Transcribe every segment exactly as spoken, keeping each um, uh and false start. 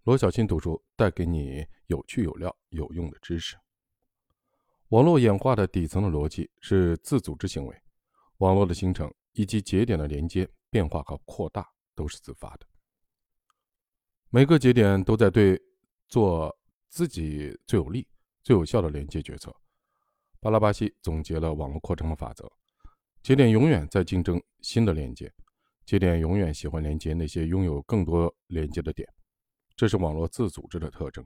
罗小新读书带给你有趣有料有用的知识。网络演化的底层的逻辑是自组织行为，网络的形成以及节点的连接、变化和扩大都是自发的。每个节点都在对做自己最有利、最有效的连接决策。巴拉巴西总结了网络扩张的法则：节点永远在竞争新的连接，节点永远喜欢连接那些拥有更多连接的点。这是网络自组织的特征。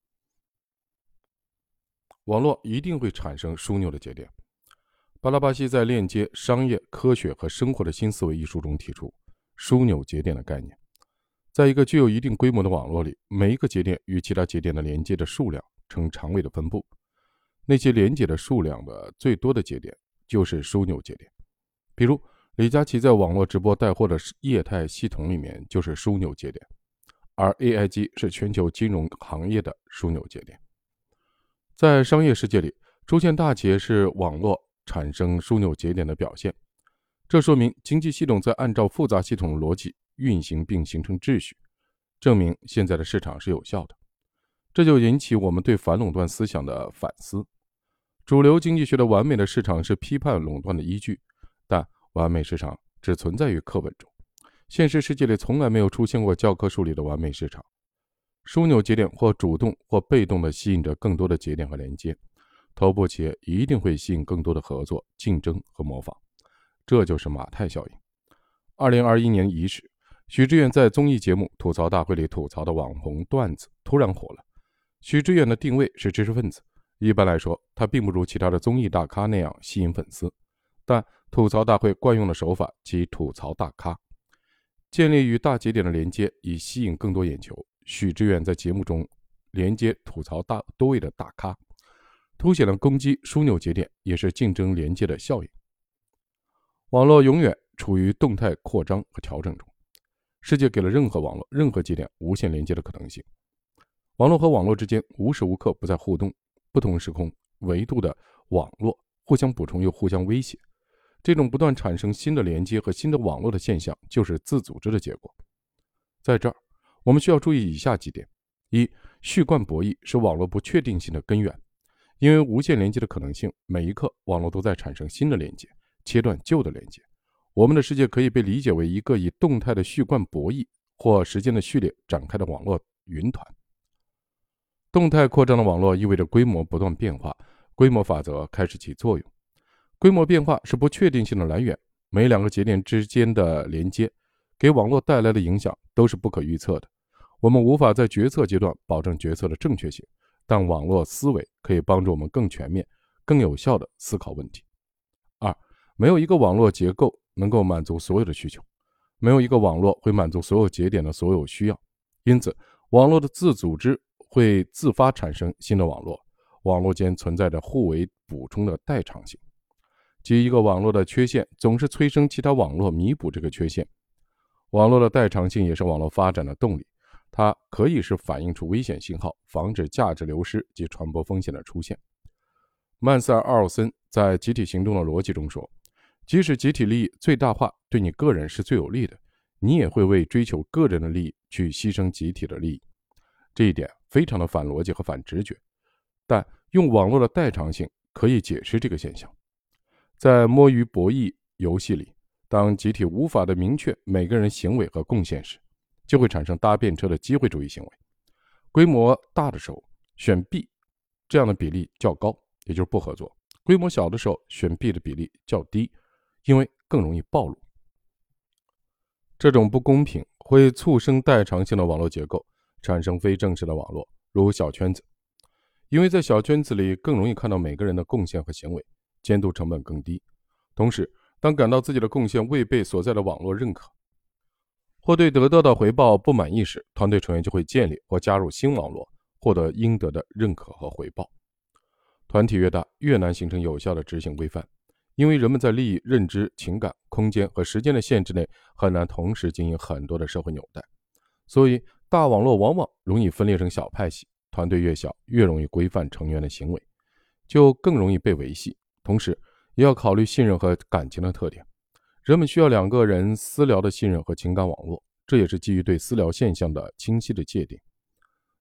网络一定会产生枢纽的节点。巴拉巴西在《链接商业、科学和生活的新思维》一书中提出枢纽节点的概念。在一个具有一定规模的网络里，每一个节点与其他节点的连接的数量呈长位的分布。那些连接的数量的最多的节点就是枢纽节点。比如李佳琦在网络直播带货的业态系统里面就是枢纽节点，而 A I G 是全球金融行业的枢纽节点。在商业世界里，出现大企业是网络产生枢纽节点的表现。这说明经济系统在按照复杂系统的逻辑运行并形成秩序，证明现在的市场是有效的。这就引起我们对反垄断思想的反思。主流经济学的完美的市场是批判垄断的依据，但完美市场只存在于课本中。现实世界里从来没有出现过教科书里的完美市场。枢纽节点或主动或被动地吸引着更多的节点和连接，头部企业一定会吸引更多的合作、竞争和模仿，这就是马太效应。二零二一年伊始，许知远在综艺节目吐槽大会里吐槽的网红段子突然火了。许知远的定位是知识分子，一般来说他并不如其他的综艺大咖那样吸引粉丝，但吐槽大会惯用的手法即吐槽大咖，建立与大节点的连接以吸引更多眼球。许知远在节目中连接吐槽大多位的大咖，凸显了攻击枢纽节点也是竞争连接的效应。网络永远处于动态扩张和调整中，世界给了任何网络、任何节点无限连接的可能性。网络和网络之间无时无刻不在互动，不同时空维度的网络互相补充又互相威胁。这种不断产生新的连接和新的网络的现象就是自组织的结果。在这儿我们需要注意以下几点：一、序贯博弈是网络不确定性的根源。因为无限连接的可能性，每一刻网络都在产生新的连接，切断旧的连接。我们的世界可以被理解为一个以动态的序贯博弈或时间的序列展开的网络云团。动态扩张的网络意味着规模不断变化，规模法则开始起作用。规模变化是不确定性的来源，每两个节点之间的连接给网络带来的影响都是不可预测的。我们无法在决策阶段保证决策的正确性，但网络思维可以帮助我们更全面、更有效地思考问题。二、没有一个网络结构能够满足所有的需求，没有一个网络会满足所有节点的所有需要，因此网络的自组织会自发产生新的网络，网络间存在着互为补充的代偿性，即一个网络的缺陷总是催生其他网络弥补这个缺陷。网络的代偿性也是网络发展的动力，它可以是反映出危险信号，防止价值流失及传播风险的出现。曼塞尔·奥尔森在《集体行动的逻辑》中说，即使集体利益最大化对你个人是最有利的，你也会为追求个人的利益去牺牲集体的利益。这一点非常的反逻辑和反直觉，但用网络的代偿性可以解释这个现象。在摸鱼博弈游戏里，当集体无法的明确每个人行为和贡献时，就会产生搭便车的机会主义行为。规模大的时候选 B 这样的比例较高，也就是不合作；规模小的时候选 B 的比例较低，因为更容易暴露。这种不公平会促生代偿性的网络结构，产生非正式的网络，如小圈子。因为在小圈子里更容易看到每个人的贡献和行为，监督成本更低。同时当感到自己的贡献未被所在的网络认可，或对得到的回报不满意时，团队成员就会建立或加入新网络，获得应得的认可和回报。团体越大，越难形成有效的执行规范，因为人们在利益、认知、情感、空间和时间的限制内，很难同时经营很多的社会纽带。所以大网络往往容易分裂成小派系，团队越小，越容易规范成员的行为，就更容易被维系。同时也要考虑信任和感情的特点，人们需要两个人私聊的信任和情感网络，这也是基于对私聊现象的清晰的界定。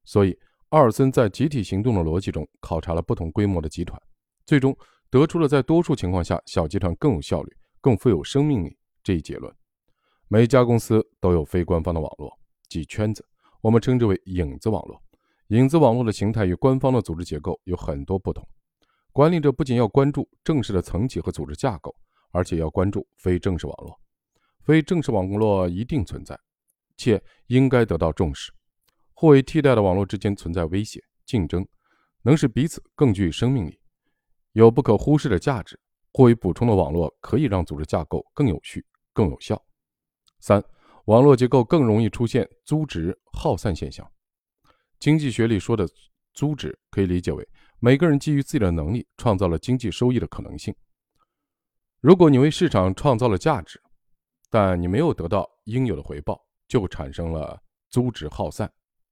所以阿尔森在集体行动的逻辑中考察了不同规模的集团，最终得出了在多数情况下小集团更有效率、更富有生命力这一结论。每一家公司都有非官方的网络，即圈子，我们称之为影子网络。影子网络的形态与官方的组织结构有很多不同。管理者不仅要关注正式的层级和组织架构，而且要关注非正式网络。非正式网络一定存在，且应该得到重视。互为替代的网络之间存在威胁、竞争，能使彼此更具生命力，有不可忽视的价值。互为补充的网络可以让组织架构更有序、更有效。三、网络结构更容易出现租值耗散现象。经济学里说的租值可以理解为每个人基于自己的能力创造了经济收益的可能性。如果你为市场创造了价值，但你没有得到应有的回报，就产生了租值耗散。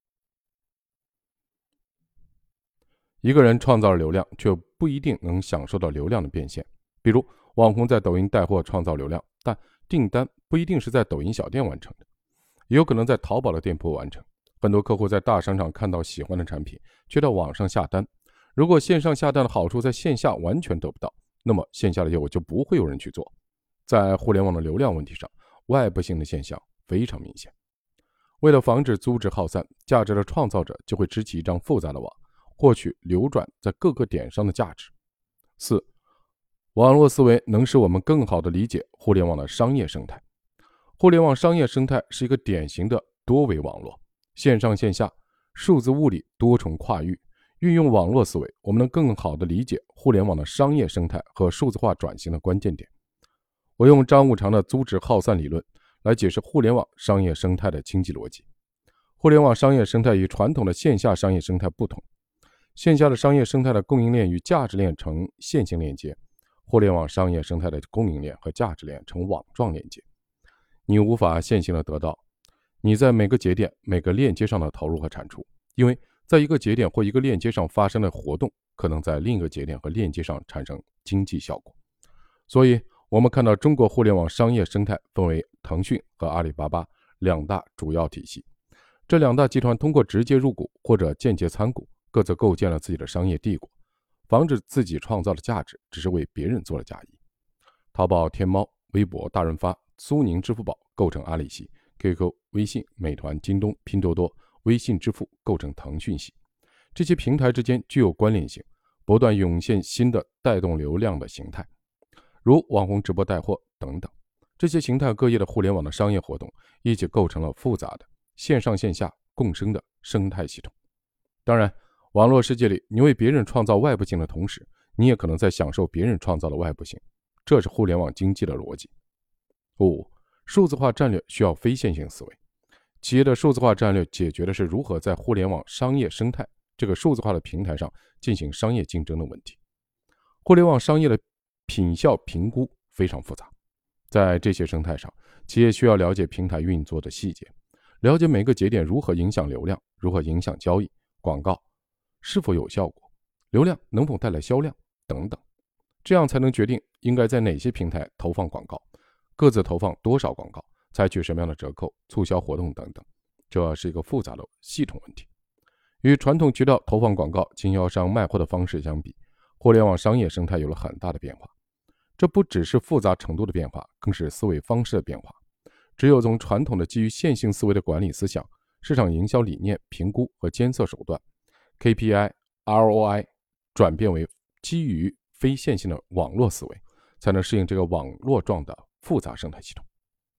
一个人创造了流量，却不一定能享受到流量的变现。比如网红在抖音带货创造流量，但订单不一定是在抖音小店完成的，也有可能在淘宝的店铺完成。很多客户在大商场看到喜欢的产品，却到网上下单。如果线上下单的好处在线下完全得不到，那么线下的业务就不会有人去做。在互联网的流量问题上，外部性的现象非常明显。为了防止租值耗散，价值的创造者就会织起一张复杂的网，获取流转在各个点上的价值。四、网络思维能使我们更好地理解互联网的商业生态。互联网商业生态是一个典型的多维网络，线上线下、数字物理多重跨域。运用网络思维，我们能更好地理解互联网的商业生态和数字化转型的关键点。我用张五常的租值耗散理论来解释互联网商业生态的经济逻辑。互联网商业生态与传统的线下商业生态不同。线下的商业生态的供应链与价值链呈线性链接，互联网商业生态的供应链和价值链呈网状链接。你无法线性的得到你在每个节点、每个链接上的投入和产出，因为在一个节点或一个链接上发生的活动，可能在另一个节点和链接上产生经济效果。所以我们看到中国互联网商业生态分为腾讯和阿里巴巴两大主要体系。这两大集团通过直接入股或者间接参股，各自构建了自己的商业帝国，防止自己创造的价值只是为别人做了嫁衣。淘宝、天猫、微博、大润发、苏宁支付宝构成阿里系， Q Q、微信、美团、京东、拼多多、微信支付构成腾讯系。这些平台之间具有关联性，不断涌现新的带动流量的形态，如网红直播带货等等。这些形态各业的互联网的商业活动一起构成了复杂的线上线下共生的生态系统。当然，网络世界里，你为别人创造外部性的同时，你也可能在享受别人创造的外部性，这是互联网经济的逻辑。五、数字化战略需要非线性思维。企业的数字化战略解决的是如何在互联网商业生态这个数字化的平台上进行商业竞争的问题。互联网商业的品效评估非常复杂，在这些生态上，企业需要了解平台运作的细节，了解每个节点如何影响流量，如何影响交易、广告是否有效果，流量能否带来销量等等，这样才能决定应该在哪些平台投放广告，各自投放多少广告，采取什么样的折扣、促销活动等等。这是一个复杂的系统问题。与传统渠道投放广告、经销商卖货的方式相比，互联网商业生态有了很大的变化。这不只是复杂程度的变化，更是思维方式的变化。只有从传统的基于线性思维的管理思想、市场营销理念、评估和监测手段 K P I、R O I 转变为基于非线性的网络思维，才能适应这个网络状的复杂生态系统。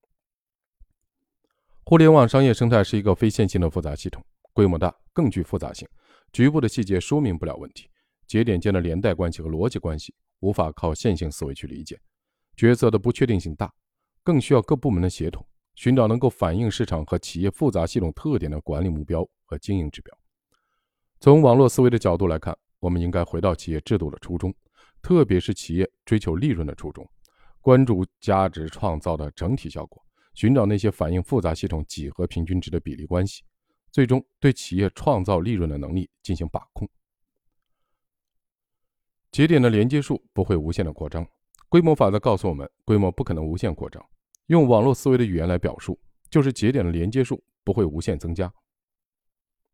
互联网商业生态是一个非线性的复杂系统，规模大，更具复杂性，局部的细节说明不了问题，节点间的连带关系和逻辑关系无法靠线性思维去理解，决策的不确定性大，更需要各部门的协同，寻找能够反映市场和企业复杂系统特点的管理目标和经营指标。从网络思维的角度来看，我们应该回到企业制度的初衷，特别是企业追求利润的初衷，关注价值创造的整体效果，寻找那些反映复杂系统几何平均值的比例关系，最终对企业创造利润的能力进行把控。节点的连接数不会无限的扩张，规模法则告诉我们，规模不可能无限扩张。用网络思维的语言来表述，就是节点的连接数不会无限增加。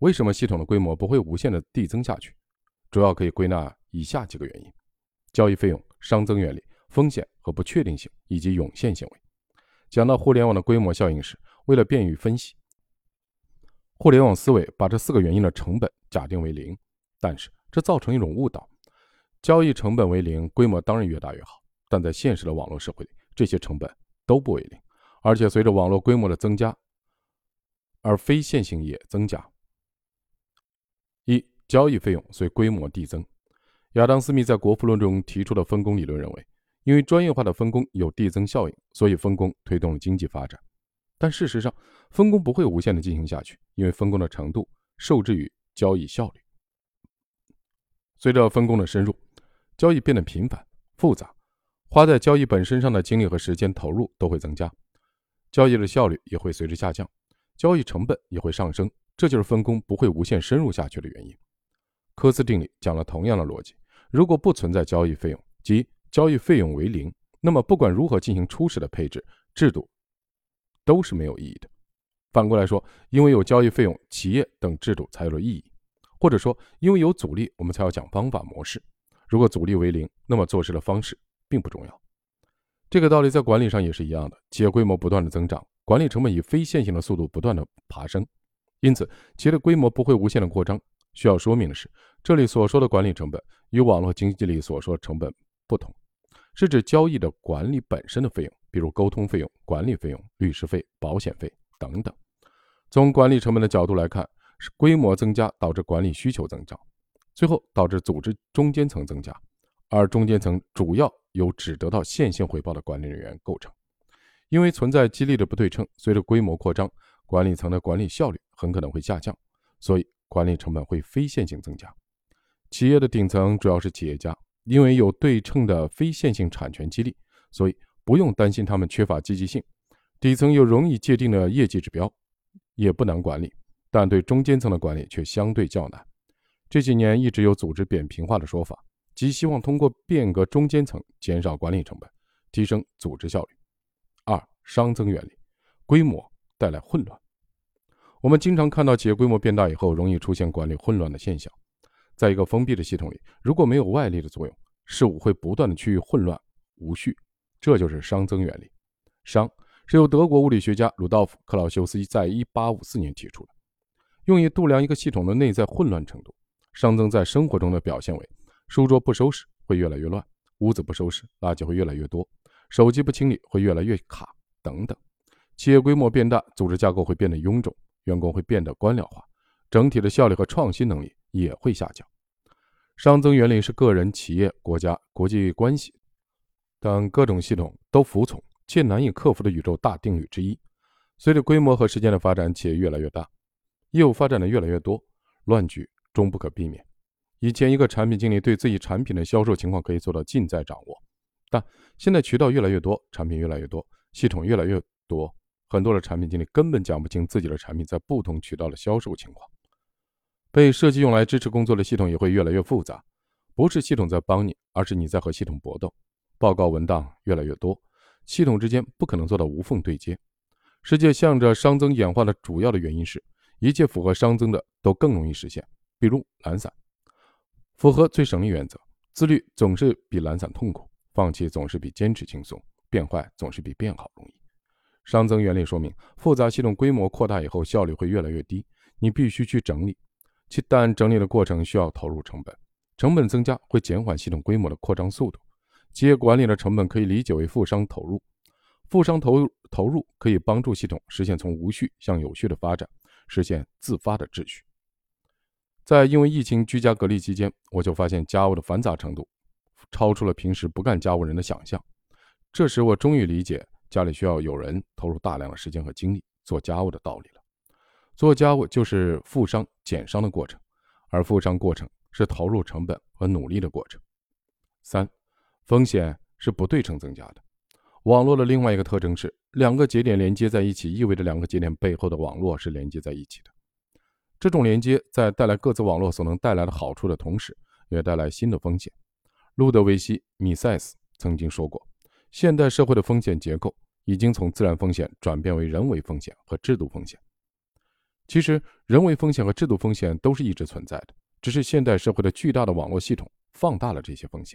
为什么系统的规模不会无限的递增下去？主要可以归纳以下几个原因：交易费用、熵增原理、风险和不确定性，以及涌现行为。讲到互联网的规模效应时，为了便于分析，互联网思维把这四个原因的成本假定为零，但是这造成一种误导。交易成本为零，规模当然越大越好，但在现实的网络社会里，这些成本都不为零，而且随着网络规模的增加，而非线性也增加。一、交易费用随规模递增。亚当·斯密在《国富论》中提出的分工理论认为，因为专业化的分工有递增效应，所以分工推动了经济发展。但事实上，分工不会无限的进行下去，因为分工的程度受制于交易效率。随着分工的深入，交易变得频繁、复杂，花在交易本身上的精力和时间投入都会增加，交易的效率也会随之下降，交易成本也会上升，这就是分工不会无限深入下去的原因。科斯定理讲了同样的逻辑，如果不存在交易费用，即交易费用为零，那么不管如何进行初始的配置制度都是没有意义的。反过来说，因为有交易费用，企业等制度才有了意义，或者说因为有阻力，我们才要讲方法模式。如果阻力为零，那么做事的方式并不重要。这个道理在管理上也是一样的，企业规模不断的增长，管理成本以非线性的速度不断的爬升，因此企业的规模不会无限的扩张。需要说明的是，这里所说的管理成本与网络经济里所说的成本不同，是指交易的管理本身的费用，比如沟通费用、管理费用、律师费、保险费等等。从管理成本的角度来看，是规模增加导致管理需求增长，最后导致组织中间层增加，而中间层主要由只得到线性回报的管理人员构成。因为存在激励的不对称，随着规模扩张，管理层的管理效率很可能会下降，所以管理成本会非线性增加。企业的顶层主要是企业家，因为有对称的非线性产权激励，所以不用担心他们缺乏积极性。底层有容易界定的业绩指标，也不难管理，但对中间层的管理却相对较难。这几年一直有组织扁平化的说法，即希望通过变革中间层减少管理成本，提升组织效率。二、熵增原理，规模带来混乱。我们经常看到企业规模变大以后容易出现管理混乱的现象。在一个封闭的系统里，如果没有外力的作用，事物会不断的趋于混乱无序，这就是熵增原理。熵是由德国物理学家鲁道夫·克劳修斯在一八五四年提出的，用以度量一个系统的内在混乱程度。熵增在生活中的表现为：书桌不收拾会越来越乱，屋子不收拾垃圾会越来越多，手机不清理会越来越卡等等。企业规模变大，组织架构会变得臃肿，员工会变得官僚化，整体的效率和创新能力也会下降。熵增原理是个人、企业、国家、国际关系等各种系统都服从且难以克服的宇宙大定律之一。随着规模和时间的发展，企业越来越大，业务发展的越来越多，乱局终不可避免。以前一个产品经理对自己产品的销售情况可以做到尽在掌握，但现在渠道越来越多，产品越来越多，系统越来越多，很多的产品经理根本讲不清自己的产品在不同渠道的销售情况。被设计用来支持工作的系统也会越来越复杂，不是系统在帮你，而是你在和系统搏斗。报告文档越来越多，系统之间不可能做到无缝对接。世界向着熵增演化的主要的原因是，一切符合熵增的都更容易实现，比如懒散。符合最省力原则，自律总是比懒散痛苦，放弃总是比坚持轻松，变坏总是比变好容易。熵增原理说明，复杂系统规模扩大以后效率会越来越低，你必须去整理，其但整理的过程需要投入成本，成本增加会减缓系统规模的扩张速度。企业管理的成本可以理解为负熵投入，负熵投入投入可以帮助系统实现从无序向有序的发展，实现自发的秩序。在因为疫情居家隔离期间，我就发现家务的繁杂程度超出了平时不干家务人的想象。这时我终于理解家里需要有人投入大量的时间和精力做家务的道理了。做家务就是负熵减熵的过程，而负熵过程是投入成本和努力的过程。三、风险是不对称增加的。网络的另外一个特征是，两个节点连接在一起，意味着两个节点背后的网络是连接在一起的。这种连接在带来各自网络所能带来的好处的同时，也带来新的风险。路德维希·米塞斯曾经说过，现代社会的风险结构已经从自然风险转变为人为风险和制度风险。 其实，人为风险和制度风险都是一直存在的，只是现代社会的巨大的网络系统放大了这些风险。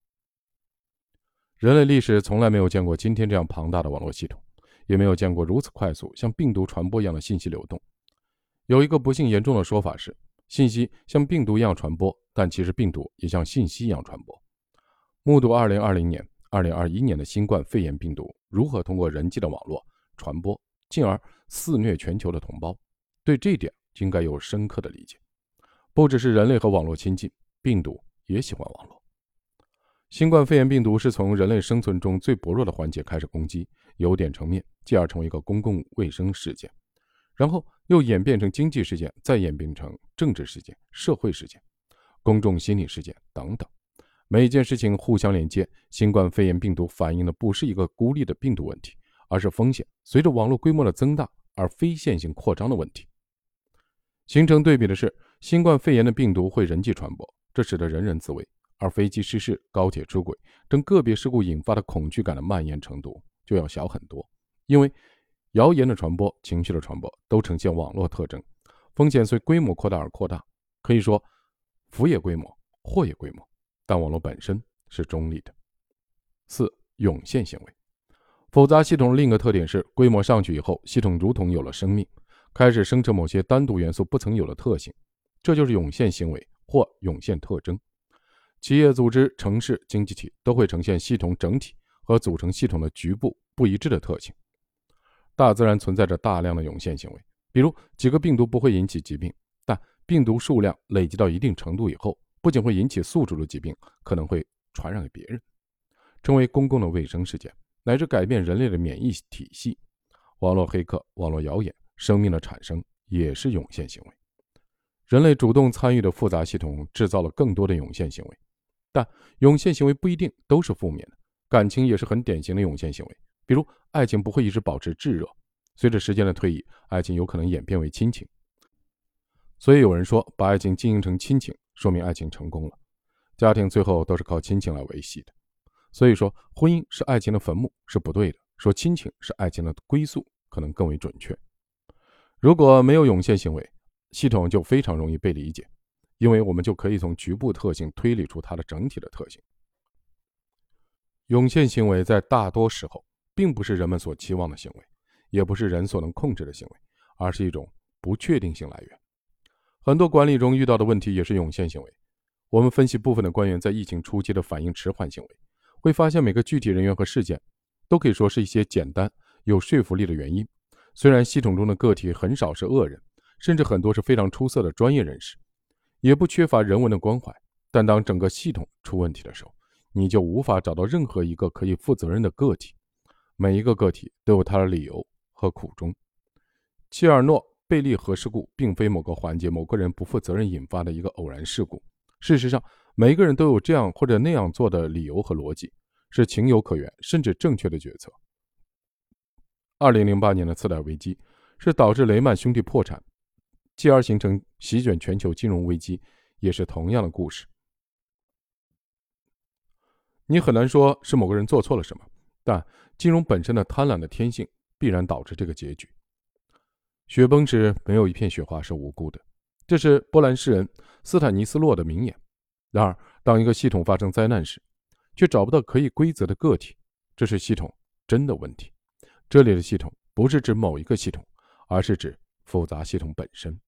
人类历史从来没有见过今天这样庞大的网络系统，也没有见过如此快速像病毒传播一样的信息流动。有一个不幸严重的说法是，信息像病毒一样传播，但其实病毒也像信息一样传播。目睹二零二零年、二零二一年的新冠肺炎病毒如何通过人际的网络传播，进而肆虐全球的同胞，对这一点应该有深刻的理解。不只是人类和网络亲近，病毒也喜欢网络。新冠肺炎病毒是从人类生存中最薄弱的环节开始攻击，由点成面，继而成为一个公共卫生事件，然后又演变成经济事件，再演变成政治事件、社会事件、公众心理事件等等。每一件事情互相连接，新冠肺炎病毒反映的不是一个孤立的病毒问题，而是风险随着网络规模的增大而非线性扩张的问题。形成对比的是，新冠肺炎的病毒会人际传播，这使得人人自危，而飞机失事、高铁出轨等个别事故引发的恐惧感的蔓延程度就要小很多。因为谣言的传播、情绪的传播都呈现网络特征，风险随规模扩大而扩大。可以说，福也规模，祸也规模，但网络本身是中立的。四、涌现行为。复杂系统的另一个特点是，规模上去以后，系统如同有了生命，开始生成某些单独元素不曾有的特性，这就是涌现行为或涌现特征。企业、组织、城市、经济体都会呈现系统整体和组成系统的局部不一致的特性。大自然存在着大量的涌现行为，比如几个病毒不会引起疾病，但病毒数量累积到一定程度以后，不仅会引起宿主的疾病，可能会传染给别人，成为公共的卫生事件，乃至改变人类的免疫体系。网络黑客、网络谣言、生命的产生也是涌现行为。人类主动参与的复杂系统制造了更多的涌现行为，但涌现行为不一定都是负面的，感情也是很典型的涌现行为。比如爱情不会一直保持炙热，随着时间的推移，爱情有可能演变为亲情。所以有人说，把爱情经营成亲情，说明爱情成功了。家庭最后都是靠亲情来维系的。所以说，婚姻是爱情的坟墓是不对的，说亲情是爱情的归宿可能更为准确。如果没有涌现行为，系统就非常容易被理解，因为我们就可以从局部特性推理出它的整体的特性。涌现行为在大多时候并不是人们所期望的行为，也不是人所能控制的行为，而是一种不确定性来源。很多管理中遇到的问题也是涌现行为。我们分析部分的官员在疫情初期的反应迟缓行为，会发现每个具体人员和事件都可以说是一些简单有说服力的原因。虽然系统中的个体很少是恶人，甚至很多是非常出色的专业人士，也不缺乏人文的关怀，但当整个系统出问题的时候，你就无法找到任何一个可以负责任的个体。每一个个体都有他的理由和苦衷。切尔诺贝利核事故并非某个环节某个人不负责任引发的一个偶然事故，事实上每一个人都有这样或者那样做的理由和逻辑，是情有可原甚至正确的决策。二零零八年的次贷危机是导致雷曼兄弟破产，继而形成席卷全球金融危机，也是同样的故事。你很难说是某个人做错了什么，但金融本身的贪婪的天性必然导致这个结局。雪崩时没有一片雪花是无辜的，这是波兰诗人斯坦尼斯洛的名言。然而当一个系统发生灾难时，却找不到可以规则的个体，这是系统真的问题。这里的系统不是指某一个系统，而是指复杂系统本身。